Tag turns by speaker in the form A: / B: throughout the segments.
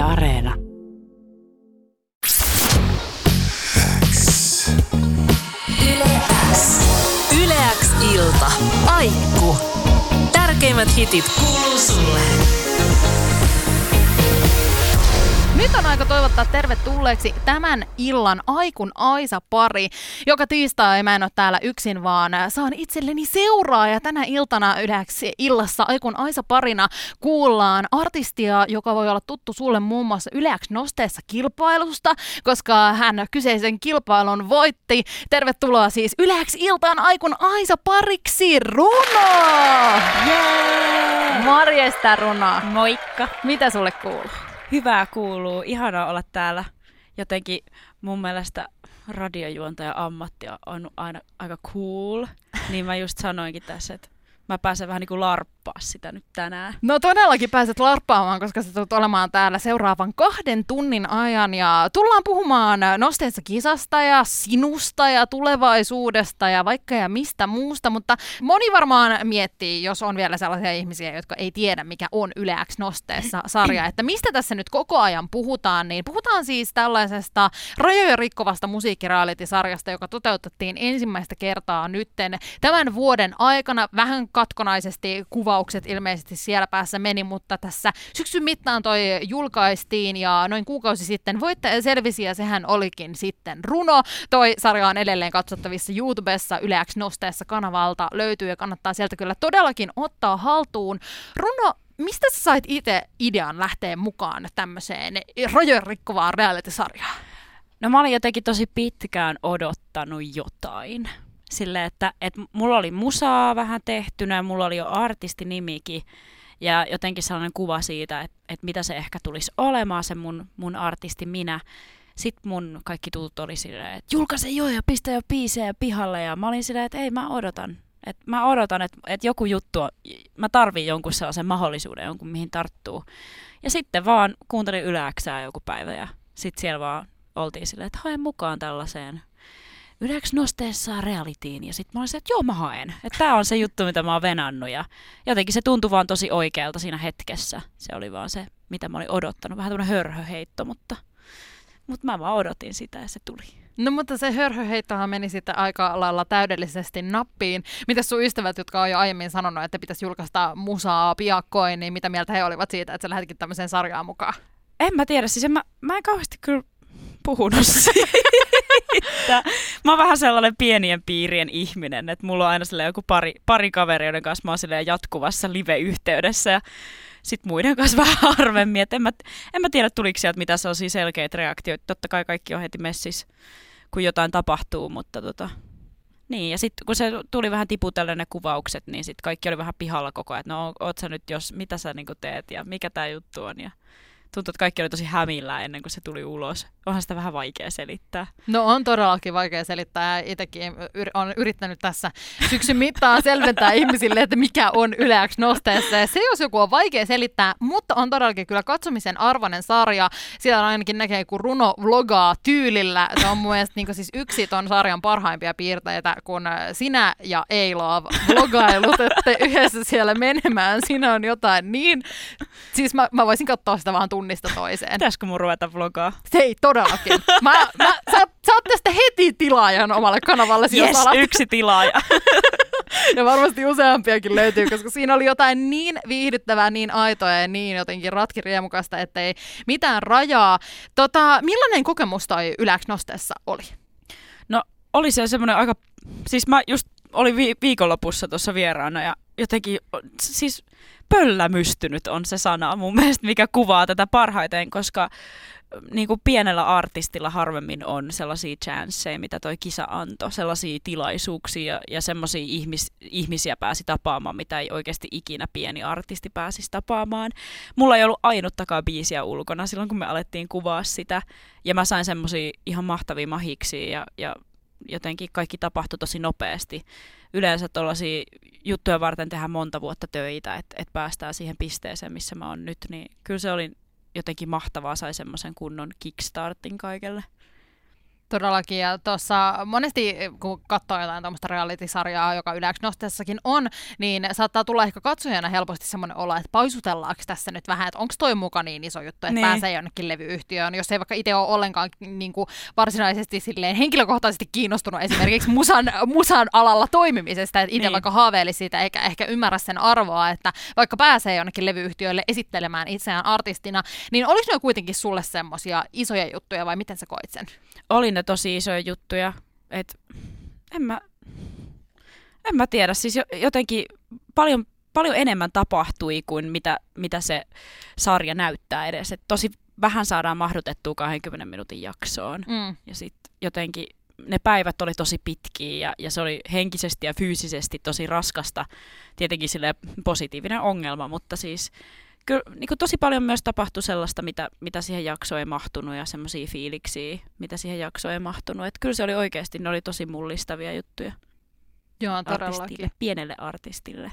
A: Areena. Yle X ilta. Aikku. Tärkeimmät hitit kuuluu sulle.
B: Nyt on aika toivottaa tervetulleeksi tämän illan Aikun Aisa-pari. Joka tiistai mä en ole täällä yksin, vaan saan itselleni seuraaja. Tänä iltana yhdessä illassa Aikun Aisa-parina kuullaan artistia, joka voi olla tuttu sulle muun muassa Yle X Nosteessa kilpailusta, koska hän kyseisen kilpailun voitti. Tervetuloa siis Yle X iltaan Aikun Aisa-pariksi, Runo!
C: Jee!
B: Morjesta, Runo!
C: Moikka!
B: Mitä sulle kuuluu?
C: Hyvää kuuluu. Ihanaa olla täällä. Jotenkin mun mielestä radiojuontajan ammatti on aina aika cool. Niin mä just sanoinkin tässä, että mä pääsen vähän niin kuin larppaa sitä nyt tänään.
B: No todellakin pääset larppaamaan, koska sä tulet olemaan täällä seuraavan 2 tunnin ajan. Ja tullaan puhumaan Nosteessa kisasta ja sinusta ja tulevaisuudesta ja vaikka ja mistä muusta. Mutta moni varmaan miettii, jos on vielä sellaisia ihmisiä, jotka ei tiedä, mikä on Yle X Nosteessa sarja. Että mistä tässä nyt koko ajan puhutaan, niin puhutaan siis tällaisesta rajoja rikkovasta musiikkireality-sarjasta, joka toteutettiin ensimmäistä kertaa nytten tämän vuoden aikana. Vähän katkonaisesti kuvaukset ilmeisesti siellä päässä meni, mutta tässä syksyn mittaan toi julkaistiin ja noin kuukausi sitten voittaja selvisi ja sehän olikin sitten Runo. Toi sarja on edelleen katsottavissa YouTubessa, Yle X Nosteessa kanavalta löytyy ja kannattaa sieltä kyllä todellakin ottaa haltuun. Runo, mistä sä sait itse idean lähteä mukaan tämmöiseen rajojen rikkovaan reality-sarjaan?
C: No mä olin jotenkin tosi pitkään odottanut jotain. Silleen, että mulla oli musaa vähän tehtynä ja mulla oli jo artistinimikin ja jotenkin sellainen kuva siitä, että mitä se ehkä tulisi olemaan se mun artisti minä. Sitten mun kaikki tutut oli silleen, että julkaise jo ja pistä jo biisejä pihalle ja mä olin silleen, että ei mä odotan, että joku juttu, mä tarviin jonkun sellaisen mahdollisuuden, jonkun mihin tarttuu. Ja sitten vaan kuuntelin Yle Xää joku päivä ja sitten siellä vaan oltiin silleen, että hae mukaan tällaiseen Yle X Nosteessa realityin. Ja sitten mä olin se, että joo mä haen. Että tää on se juttu, mitä mä oon venannut. Ja jotenkin se tuntui vaan tosi oikealta siinä hetkessä. Se oli vaan se, mitä mä olin odottanut. Vähän tämmönen hörhöheitto, mutta mä vaan odotin sitä ja se tuli.
B: No mutta se hörhöheittohan meni sitten aika lailla täydellisesti nappiin. Mitäs sun ystävät, jotka on jo aiemmin sanonut, että pitäisi julkaista musaa piakkoin, niin mitä mieltä he olivat siitä, että sä lähdetkin tämmöiseen sarjaan mukaan?
C: En mä tiedä, siis mä en kauheasti kyllä puhunut siitä. Mä oon vähän sellainen pienien piirien ihminen, että mulla on aina joku pari kaveri, joiden kanssa mä oon jatkuvassa live-yhteydessä ja sit muiden kanssa vähän harvemmin. Et en mä tiedä, tuliko sieltä mitä sellaisia selkeitä reaktioita. Totta kai kaikki on heti messissä, kun jotain tapahtuu, mutta niin. Ja sitten kun se tuli vähän tiputellen ne kuvaukset, niin sit kaikki oli vähän pihalla koko ajan, että no oot sä nyt mitä sä niinku teet ja mikä tää juttu on ja tuntui, että kaikki oli tosi hämillään ennen kuin se tuli ulos. Onhan sitä vähän vaikea selittää.
B: No on todellakin vaikea selittää. Itsekin olen yrittänyt tässä syksyn mittaan selventää ihmisille, että mikä on Yle X Nosteessa. Ja se jos joku on vaikea selittää, mutta on todellakin kyllä katsomisen arvoinen sarja. Siellä ainakin näkee, kun Runo vlogaa tyylillä. Se on mun mielestä niin siis yksi ton sarjan parhaimpia piirteitä, kun sinä ja Eilove vlogailut, että yhdessä siellä menemään. Siinä on jotain niin. Siis mä voisin katsoa sitä vaan tunnista toiseen.
C: Pitäisikö mun ruveta vlogaa?
B: Se ei todellakin. Sä oot tästä heti tilaajan omalle kanavalle.
C: Yes, yksi tilaaja.
B: Ja varmasti useampiakin löytyy, koska siinä oli jotain niin viihdyttävää, niin aitoa ja niin jotenkin ratkiriemukasta, ettei mitään rajaa. Millainen kokemus toi Yle X Nosteessa oli?
C: No oli se semmoinen aika, siis mä just olin viikonlopussa tuossa vieraana ja jotenkin siis pöllämystynyt on se sana mun mielestä, mikä kuvaa tätä parhaiten, koska niin kuin pienellä artistilla harvemmin on sellaisia chanceja, mitä toi kisa antoi, sellaisia tilaisuuksia ja semmoisia ihmisiä pääsi tapaamaan, mitä ei oikeasti ikinä pieni artisti pääsisi tapaamaan. Mulla ei ollut ainuttakaan biisiä ulkona silloin, kun me alettiin kuvaa sitä, ja mä sain semmoisia ihan mahtavia mahiksia ja jotenkin kaikki tapahtui tosi nopeasti. Yleensä tuollaisia juttuja varten tehdään monta vuotta töitä, että päästään siihen pisteeseen, missä mä oon nyt, niin kyllä se oli jotenkin mahtavaa, sai semmoisen kunnon kickstartin kaikelle.
B: Todellakin, ja tuossa monesti, kun katsoo jotain tuommoista reality-sarjaa, joka Yle X Nosteessakin on, niin saattaa tulla ehkä katsojana helposti semmoinen olo, että paisutellaanko tässä nyt vähän, että onko toi muka niin iso juttu, että pääsee jonnekin levyyhtiöön, jos ei vaikka itse ole ollenkaan niin kuin varsinaisesti silleen henkilökohtaisesti kiinnostunut esimerkiksi musan alalla toimimisesta, että itse vaikka haaveili siitä eikä ehkä ymmärrä sen arvoa, että vaikka pääsee jonnekin levyyhtiöille esittelemään itseään artistina, niin oliko ne kuitenkin sulle semmoisia isoja juttuja vai miten sä koit sen?
C: Oli ne tosi isoja juttuja, että en mä tiedä, siis jotenkin paljon enemmän tapahtui kuin mitä se sarja näyttää edes, että tosi vähän saadaan mahdutettua 20 minuutin jaksoon ja sitten jotenkin ne päivät oli tosi pitkiä ja se oli henkisesti ja fyysisesti tosi raskasta, tietenkin sille positiivinen ongelma, mutta siis kyllä niin kuin tosi paljon myös tapahtui sellaista, mitä siihen jaksoon ei mahtunut ja semmoisia fiiliksiä, mitä siihen jaksoon ei mahtunut. Että kyllä se oli oikeasti, ne oli tosi mullistavia juttuja.
B: Joo, todellakin.
C: Pienelle artistille.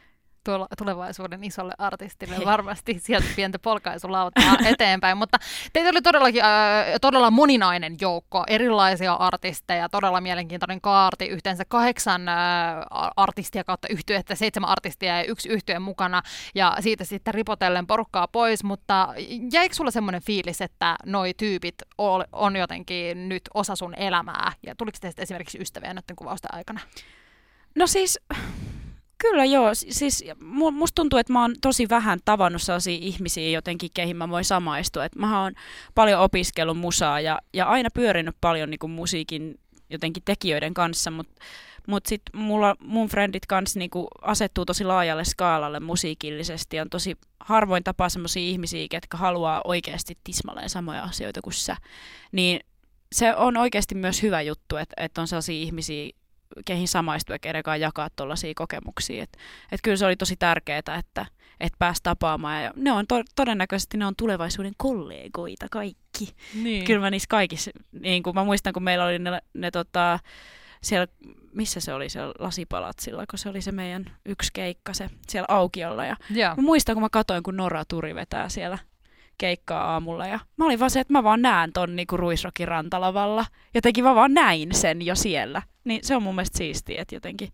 B: Tulevaisuuden isolle artistille varmasti sieltä pientä polkaisulautaa eteenpäin, mutta teitä oli todellakin todella moninainen joukko, erilaisia artisteja, todella mielenkiintoinen kaarti, yhteensä 8 artistia kautta yhtyettä, 7 artistia ja 1 yhtye mukana, ja siitä sitten ripotellen porukkaa pois, mutta jäikö sulla semmoinen fiilis, että noi tyypit on jotenkin nyt osa sun elämää, ja tuliko teistä esimerkiksi ystäviä noiden kuvausten aikana?
C: No siis kyllä joo, siis musta tuntuu, että mä oon tosi vähän tavannut sellaisia ihmisiä jotenkin, keihin mä voin samaistua. Et mä oon paljon opiskellut musaa ja aina pyörinyt paljon niin kuin musiikin jotenkin tekijöiden kanssa, mutta sitten mun friendit kanssa niin kuin asettuu tosi laajalle skaalalle musiikillisesti. On tosi harvoin tapaa sellaisia ihmisiä, ketkä haluaa oikeasti tismalleen samoja asioita kuin sä. Niin se on oikeasti myös hyvä juttu, että on sellaisia ihmisiä, keihin samaistuu ja keiden kanssa jakaa tuollaisia kokemuksia. Et kyllä se oli tosi tärkeää, että pääsi tapaamaan. Ja ne on todennäköisesti ne on tulevaisuuden kollegoita kaikki. Niin. Kyllä mä niissä kaikissa, niin kun mä muistan, kun meillä oli ne siellä, missä se oli siellä Lasipalatsilla, kun se oli se meidän yksi keikka siellä aukiolla. Ja mä muistan, kun mä katsoin, kun Nora Turi vetää siellä keikkaa aamulla. Ja mä olin vaan se, että mä vaan näen ton niinku Ruisrokin rantalavalla. Jotenkin mä vaan näin sen jo siellä. Niin se on mun mielestä siistiä, että jotenkin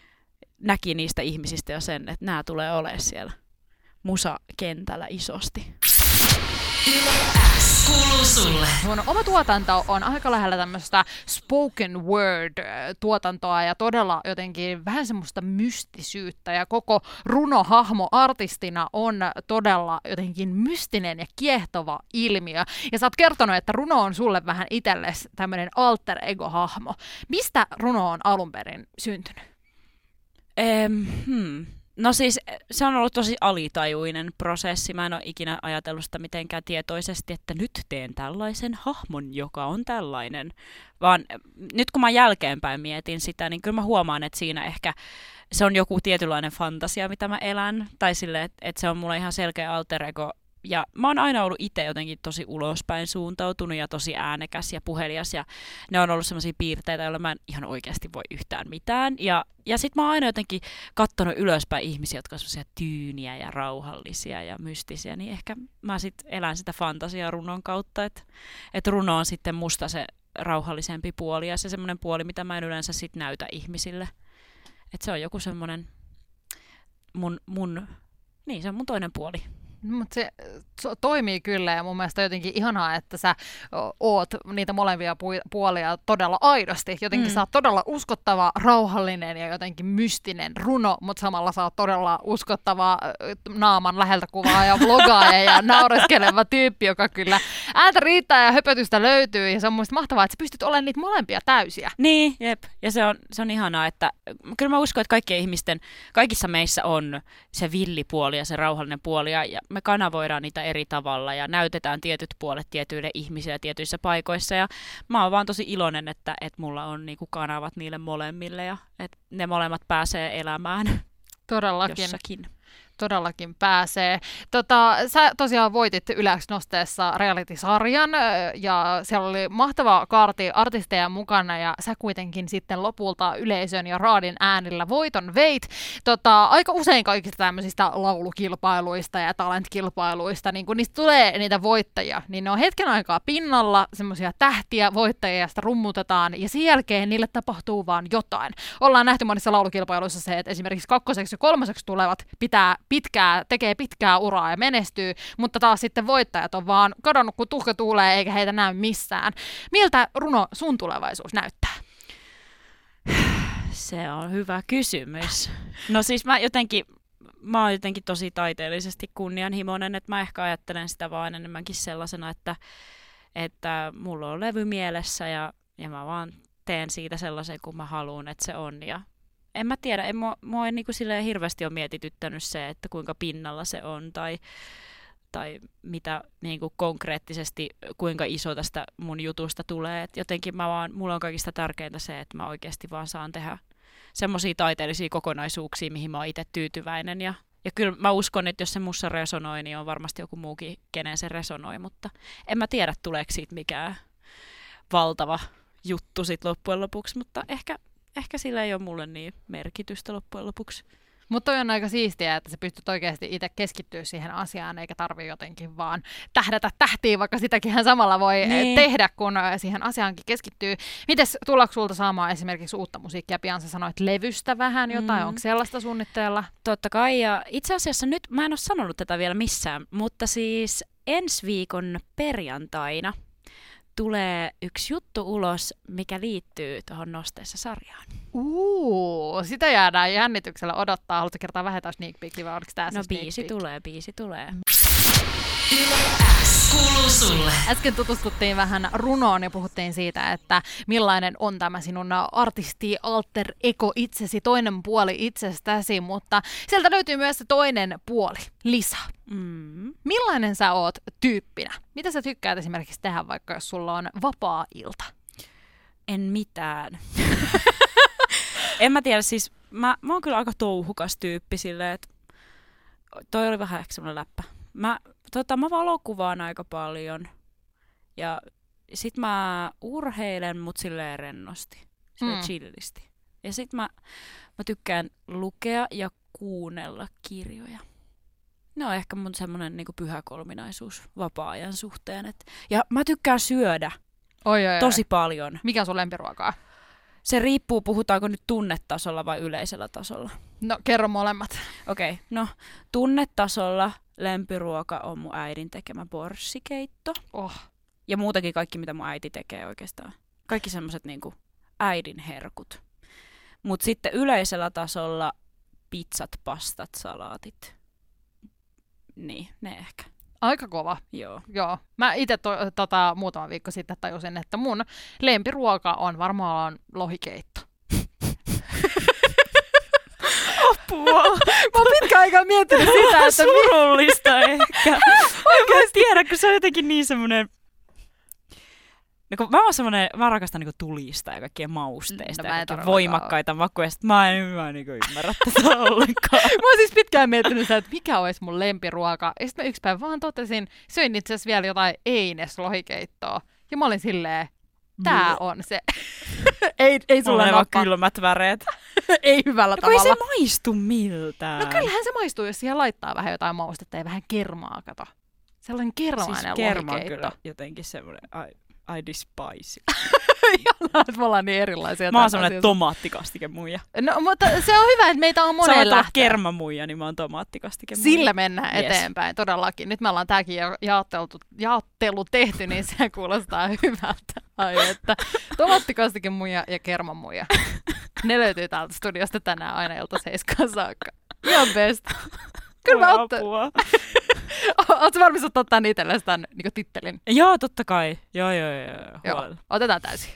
C: näki niistä ihmisistä jo sen, että nämä tulee olemaan siellä musakentällä isosti.
A: Kuuluu sulle.
B: Mun oma tuotanto on aika lähellä tämmöistä spoken word-tuotantoa ja todella jotenkin vähän semmoista mystisyyttä ja koko runohahmo artistina on todella jotenkin mystinen ja kiehtova ilmiö. Ja sä oot kertonut, että runo on sulle vähän itsellesi tämmöinen alter ego-hahmo. Mistä runo on alun perin syntynyt?
C: No siis se on ollut tosi alitajuinen prosessi. Mä en ole ikinä ajatellut sitä mitenkään tietoisesti, että nyt teen tällaisen hahmon, joka on tällainen. Vaan nyt kun mä jälkeenpäin mietin sitä, niin kyllä mä huomaan, että siinä ehkä se on joku tietynlainen fantasia, mitä mä elän. Tai sille, että se on mulle ihan selkeä alter ego. Ja mä oon aina ollut itse jotenkin tosi ulospäin suuntautunut ja tosi äänekäs ja puhelias. Ja ne on ollut sellaisia piirteitä, joilla mä en ihan oikeasti voi yhtään mitään. Ja sit mä oon aina jotenkin kattonut ylöspäin ihmisiä, jotka on sellaisia tyyniä ja rauhallisia ja mystisiä. Niin ehkä mä sit elän sitä fantasiaa runon kautta. Että runo on sitten musta se rauhallisempi puoli ja se semmoinen puoli, mitä mä en yleensä sit näytä ihmisille. Että se on joku semmoinen niin se on mun toinen puoli.
B: Mutta se toimii kyllä ja mun mielestä on jotenkin ihanaa, että sä oot niitä molempia puolia todella aidosti. Jotenkin sä oot todella uskottava, rauhallinen ja jotenkin mystinen runo, mutta samalla sä oot todella uskottava naaman läheltä kuvaa ja vlogaaja ja naureskeleva tyyppi, joka kyllä ääntä riittää ja höpötystä löytyy. Ja se on mun mielestä mahtavaa, että sä pystyt olemaan niitä molempia täysiä.
C: Niin, jep. Ja se on ihanaa, että kyllä mä uskon, että kaikissa meissä on se villipuoli ja se rauhallinen puoli ja me kanavoidaan niitä eri tavalla ja näytetään tietyt puolet tietyille ihmisille tietyissä paikoissa. Ja mä oon vaan tosi iloinen, että mulla on niinku kanavat niille molemmille ja että ne molemmat pääsee elämään
B: todellakin.
C: Jossakin.
B: Todellakin pääsee. Sä tosiaan voitit Yle X-nosteessa reality-sarjan ja siellä oli mahtava kaarti artisteja mukana ja sä kuitenkin sitten lopulta yleisön ja raadin äänillä voiton veit. Aika usein kaikista tämmöisistä laulukilpailuista ja talentkilpailuista, niin kun niistä tulee niitä voittajia, niin ne on hetken aikaa pinnalla, semmoisia tähtiä voittajia, joista rummutetaan ja sen jälkeen niille tapahtuu vaan jotain. Ollaan nähty monissa laulukilpailuissa se, että esimerkiksi 2. ja 3. tulevat tekee pitkää uraa ja menestyy, mutta taas sitten voittajat on vaan kadonnut, kun tuhka tuulee eikä heitä näy missään. Miltä, Runo, sun tulevaisuus näyttää?
C: Se on hyvä kysymys. No siis mä oon jotenkin tosi taiteellisesti kunnianhimoinen, että mä ehkä ajattelen sitä vaan enemmänkin sellaisena, että mulla on levy mielessä ja mä vaan teen siitä sellaisen, kuin mä haluan, että se on. Ja en mä tiedä, mua ei niinku silleen hirveästi ole mietityttänyt se, että kuinka pinnalla se on tai mitä niinku konkreettisesti, kuinka iso tästä mun jutusta tulee. Et jotenkin mulla on kaikista tärkeintä se, että mä oikeasti vaan saan tehdä semmoisia taiteellisia kokonaisuuksia, mihin mä oon itse tyytyväinen. Ja kyllä mä uskon, että jos se mussa resonoi, niin on varmasti joku muukin, kenen se resonoi, mutta en mä tiedä, tuleeko siitä mikään valtava juttu sit loppujen lopuksi, mutta ehkä sillä ei ole mulle niin merkitystä loppujen lopuksi.
B: Mutta toi on aika siistiä, että sä pystyt oikeasti itse keskittyä siihen asiaan, eikä tarvitse jotenkin vaan tähdätä tähtiin, vaikka sitäkin hän samalla voi tehdä, kun siihen asiaankin keskittyy. Mites, tullaanko sulta saamaan esimerkiksi uutta musiikkia? Pian sä sanoit levystä vähän jotain, onko sellaista suunnitteilla?
C: Totta kai, ja itse asiassa nyt, mä en ole sanonut tätä vielä missään, mutta siis ensi viikon perjantaina tulee yksi juttu ulos, mikä liittyy tuohon Nosteessa sarjaan.
B: Sitä jäädään jännityksellä odottaa. Haluatko kertaa vähentää sneak peekia vai oliko tämä
C: biisi tulee.
A: Kuuluu sulle.
B: Äsken tutustuttiin vähän Runoon ja puhuttiin siitä, että millainen on tämä sinun artisti alter ego itsesi, toinen puoli itsestäsi, mutta sieltä löytyy myös se toinen puoli, Lisa. Millainen sä oot tyyppinä? Mitä sä tykkäät esimerkiksi tehdä, vaikka jos sulla on vapaa-ilta?
C: En mitään. En mä tiedä, siis mä oon kyllä aika touhukas tyyppi silleen, että toi oli vähän ehkä semmoinen läppä. Mä valokuvaan aika paljon ja sit mä urheilen, mut silleen rennosti, silleen chillisti. Ja sit mä tykkään lukea ja kuunnella kirjoja. Ne on ehkä mun semmonen niinku pyhä kolminaisuus vapaa-ajan suhteen. Ja mä tykkään syödä tosi paljon.
B: Mikä on sun lempiruokaa?
C: Se riippuu, puhutaanko nyt tunnetasolla vai yleisellä tasolla.
B: No, kerro molemmat.
C: Okei, no tunnetasolla lempiruoka on mun äidin tekemä borssikeitto. Ja muutakin kaikki, mitä mun äiti tekee oikeastaan. Kaikki semmoset niinku äidin herkut. Mut sitten yleisellä tasolla pizzat, pastat, salaatit. Niin, ne ehkä.
B: Aika kova.
C: Joo.
B: Mä itse muutama viikko sitten tajusin, että mun lempiruoka on varmaan lohikeitto.
C: Apua!
B: Mä oon pitkään aikaa miettinyt sitä, että
C: surullista ehkä. En tiedä, kun se on jotenkin niin semmoinen. No, kun mä rakastan niinku tulista ja kaikkia mausteista ja voimakkaita makuja, sit mä en niinku ymmärrä tätä ollenkaan.
B: Mä oon siis pitkään miettinyt sitä, että mikä olisi mun lempiruoka. Ja sit mä yksi päivä vaan totesin, söin itse asiassa vielä jotain Eines-lohikeittoa. Ja mä olin silleen, tää on se. ei sulla
C: on vaan kylmät väreet.
B: Ei hyvällä tavalla.
C: Ei se maistu miltään.
B: No kyllähän se maistuu, jos siihen laittaa vähän jotain maustetta ja vähän kermaa, kato. Sellainen kermainen
C: siis
B: lohikeitto.
C: Kerma on kyllä jotenkin semmoinen, I despise.
B: Jalla, että me ollaan niin erilaisia.
C: Mä oon semmoinen tomaattikastikemuija.
B: No, mutta se on hyvä, että meitä on moneen lähteä. Kermamuija,
C: niin mä oon tomaattikastikemuija.
B: Sillä mennään eteenpäin, todellakin. Nyt me ollaan tääkin jaottelu tehty, niin se kuulostaa hyvältä. Ai että, tomaattikastikemuija ja kermamuija. Ne löytyy täältä studiosta tänään aina ilta 7 saakka. Ihan best. Kyllä mä Ootko valmis ottaa tän itsellesi tän niin tittelin?
C: Joo, totta kai. Joo.
B: Otetaan täysin.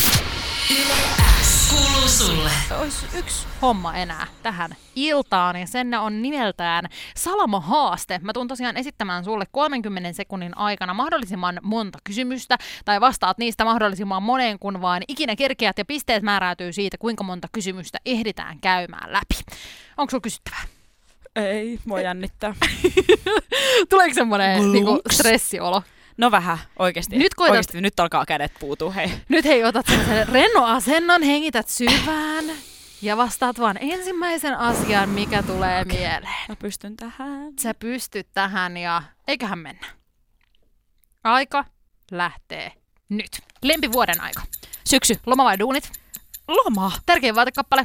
A: Kuuluu sulle.
B: Olisi yksi homma enää tähän iltaan, ja sen on nimeltään Salama-haaste. Mä tuun tosiaan esittämään sulle 30 sekunnin aikana mahdollisimman monta kysymystä, tai vastaat niistä mahdollisimman moneen, kun vaan ikinä kerkeät, ja pisteet määräytyy siitä, kuinka monta kysymystä ehditään käymään läpi. Onko sulla kysyttävää?
C: Ei, mua jännittää.
B: Tuleeko semmoinen niinku stressiolo?
C: No vähän, oikeesti. Nyt alkaa kädet puutua, hei.
B: Nyt hei, otat sellaisen rennon asennon, hengität syvään ja vastaat vaan ensimmäisen asian, mikä tulee mieleen.
C: Mä pystyn tähän.
B: Sä pystyt tähän ja eiköhän mennä. Aika lähtee nyt. Lempivuoden aika.
C: Syksy.
B: Loma vai duunit?
C: Loma.
B: Tärkein vaatekappale.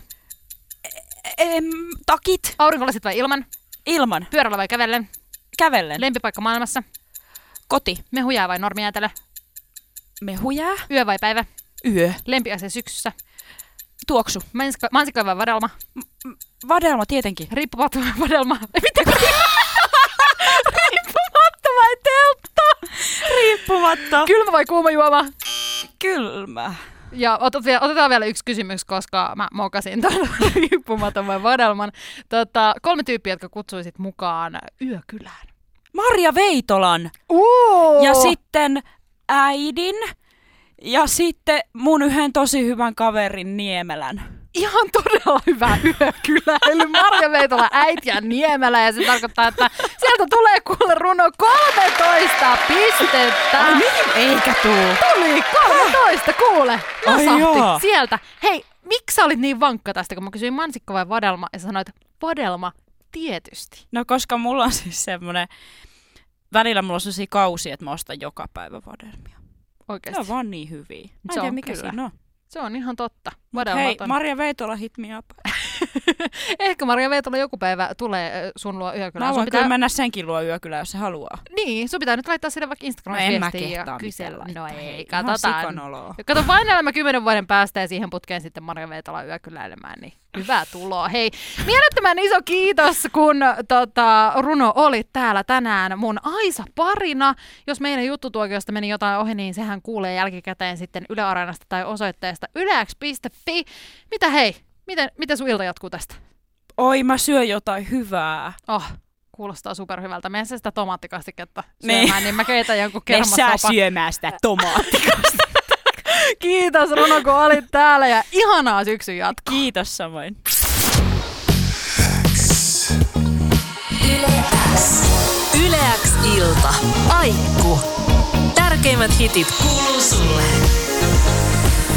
C: Takit.
B: Aurinkolasit vai ilman?
C: Ilman.
B: Pyörällä vai kävellen?
C: Kävellen.
B: Lempipaikka maailmassa?
C: Koti.
B: Mehujää vai normijäätelö?
C: Mehujää.
B: Yö vai päivä?
C: Yö.
B: Lempiasia syksyssä?
C: Tuoksu.
B: Mansikka vai vadelma?
C: Vadelma tietenkin.
B: Riippumatta vai vadelma? Mitä? Riippumatta vai teltta?
C: Riippumatta.
B: Kylmä vai kuuma juoma?
C: Kylmä.
B: Ja otetaan vielä yksi kysymys, koska mä mokasin tuon riippumaton vai vadelman. 3 tyyppiä, jotka kutsuisit mukaan yökylään.
C: Marja Veitolan. Ja sitten äidin. Ja sitten mun yhden tosi hyvän kaverin Niemelän.
B: Ihan todella hyvä yökyläily. Marja Veitola, äiti ja Niemelä. Ja se tarkoittaa, että sieltä tulee kuule runo 13 pistettä.
C: Ai niin, eikä tuu.
B: Tuli 13, kuule.
C: Nasahti
B: sieltä. Hei, miksi sä olit niin vankka tästä, kun mä kysyin mansikka vai vadelma? Ja sä sanoit, vadelma, tietysti.
C: No koska mulla on siis semmonen, välillä mulla on sellaisia kausia, että mä ostan joka päivä vadelmia.
B: Oikeesti.
C: Ne on vaan niin hyviä. Mä en
B: Se
C: tiedä
B: on
C: mikä
B: kyllä.
C: siinä on.
B: Se on ihan totta.
C: Hei, Marja Veitola hit me up.
B: Ehkä Marja Veitola joku päivä tulee sun luo yökylään.
C: Mä voin kyllä mennä senkin luo yökylään, jos se haluaa.
B: Niin, sun pitää nyt laittaa sille vaikka Instagramissa viestiä ja kysellä. No ei, katsotaan. Kato vain elämä 10 vuoden päästä ja siihen putkeen sitten Marja Veitola yökyläilemään, niin hyvää tuloa. Hei, mielettömän iso kiitos, kun runo olit täällä tänään mun Aisa-parina. Jos meidän juttutuokiosta meni jotain ohi, niin sehän kuulee jälkikäteen sitten Yle Areenasta tai osoitteesta ylex.fi. Mitä hei? Miten sun ilta jatkuu tästä?
C: Oi, mä syön jotain hyvää.
B: Kuulostaa superhyvältä. Mene sitä tomaattikastiketta syömään, niin mä keitän jonkun kermasopan.
C: Me saa syömään sitä tomaattikastiketta.
B: Kiitos Runo, kun olit täällä ja ihanaa syksyn jatkoa.
C: Kiitos samoin.
A: Yleäks ilta. Aikku. Tärkeimmät hitit kuuluu sulle.